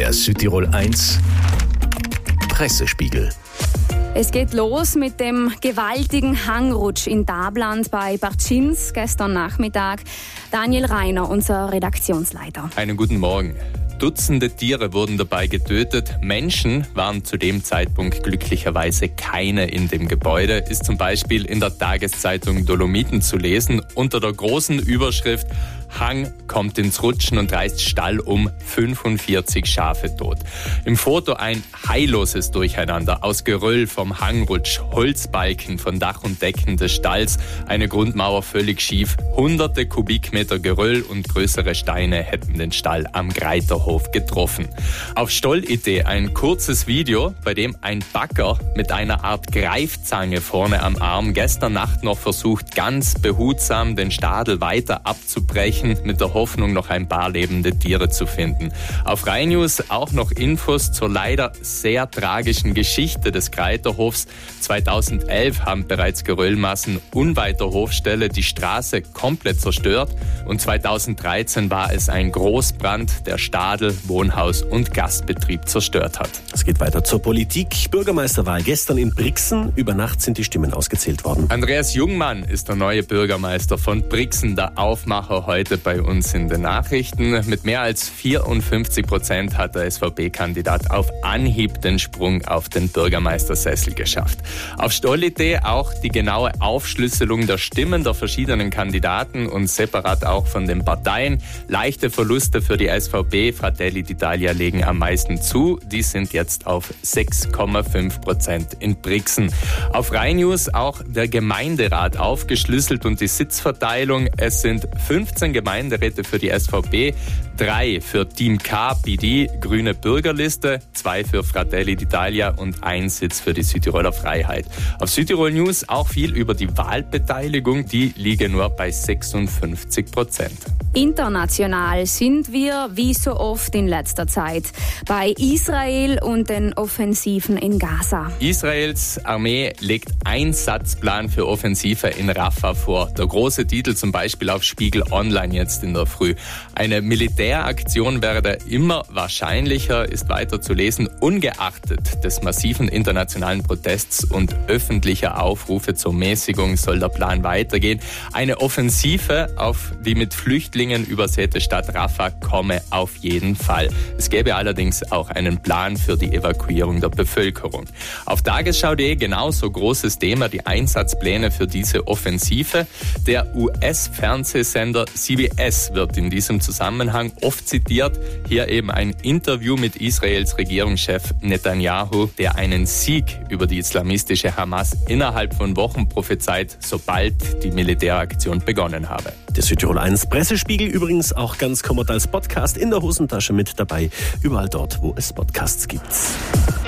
Der Südtirol 1 Pressespiegel. Es geht los mit dem gewaltigen Hangrutsch in Dabland bei Bartschins gestern Nachmittag. Daniel Reiner, unser Redaktionsleiter. Einen guten Morgen. Dutzende Tiere wurden dabei getötet. Menschen waren zu dem Zeitpunkt glücklicherweise keine in dem Gebäude. Ist zum Beispiel in der Tageszeitung Dolomiten zu lesen unter der großen Überschrift Hang kommt ins Rutschen und reißt Stall um, 45 Schafe tot. Im Foto ein heilloses Durcheinander aus Geröll vom Hangrutsch, Holzbalken von Dach und Decken des Stalls, eine Grundmauer völlig schief, hunderte Kubikmeter Geröll und größere Steine hätten den Stall am Greiterhof getroffen. Auf Stoll.it ein kurzes Video, bei dem ein Bagger mit einer Art Greifzange vorne am Arm gestern Nacht noch versucht, ganz behutsam den Stadel weiter abzubrechen, mit der Hoffnung, noch ein paar lebende Tiere zu finden. Auf Rai News auch noch Infos zur leider sehr tragischen Geschichte des Greiterhofs. 2011 haben bereits Geröllmassen unweit der Hofstelle die Straße komplett zerstört und 2013 war es ein Großbrand, der Stadel, Wohnhaus und Gastbetrieb zerstört hat. Es geht weiter zur Politik. Bürgermeisterwahl gestern in Brixen. Über Nacht sind die Stimmen ausgezählt worden. Andreas Jungmann ist der neue Bürgermeister von Brixen, der Aufmacher heute bei uns in den Nachrichten. Mit mehr als 54% hat der SVP-Kandidat auf Anhieb den Sprung auf den Bürgermeistersessel geschafft. Auf Stoll.it auch die genaue Aufschlüsselung der Stimmen der verschiedenen Kandidaten und separat auch von den Parteien. Leichte Verluste für die SVP, Fratelli d'Italia legen am meisten zu. Die sind jetzt auf 6,5% in Brixen. Auf Rai News auch der Gemeinderat aufgeschlüsselt und die Sitzverteilung. Es sind 15 Gemeinderäte für die SVP, 3 für Team K, PD, Grüne Bürgerliste, 2 für Fratelli d'Italia und 1 Sitz für die Südtiroler Freiheit. Auf Südtirol News auch viel über die Wahlbeteiligung, die liege nur bei 56%. International sind wir, wie so oft in letzter Zeit, bei Israel und den Offensiven in Gaza. Israels Armee legt Einsatzplan für Offensive in Rafah vor. Der große Titel zum Beispiel auf Spiegel Online jetzt in der Früh. Eine Militäraktion wäre immer wahrscheinlicher, ist weiter zu lesen, ungeachtet des massiven internationalen Protests und öffentlicher Aufrufe zur Mäßigung soll der Plan weitergehen. Eine Offensive auf die mit Flüchtlingen übersäte Stadt Rafah komme auf jeden Fall. Es gäbe allerdings auch einen Plan für die Evakuierung der Bevölkerung. Auf Tagesschau.de genauso großes Thema, die Einsatzpläne für diese Offensive. Der US-Fernsehsender CBS wird in diesem Zusammenhang oft zitiert. Hier eben ein Interview mit Israels Regierungschef Netanyahu, der einen Sieg über die islamistische Hamas innerhalb von Wochen prophezeit, sobald die Militäraktion begonnen habe. Der Südtirol 1 Pressespiegel übrigens auch ganz kommod als Podcast in der Hosentasche mit dabei. Überall dort, wo es Podcasts gibt.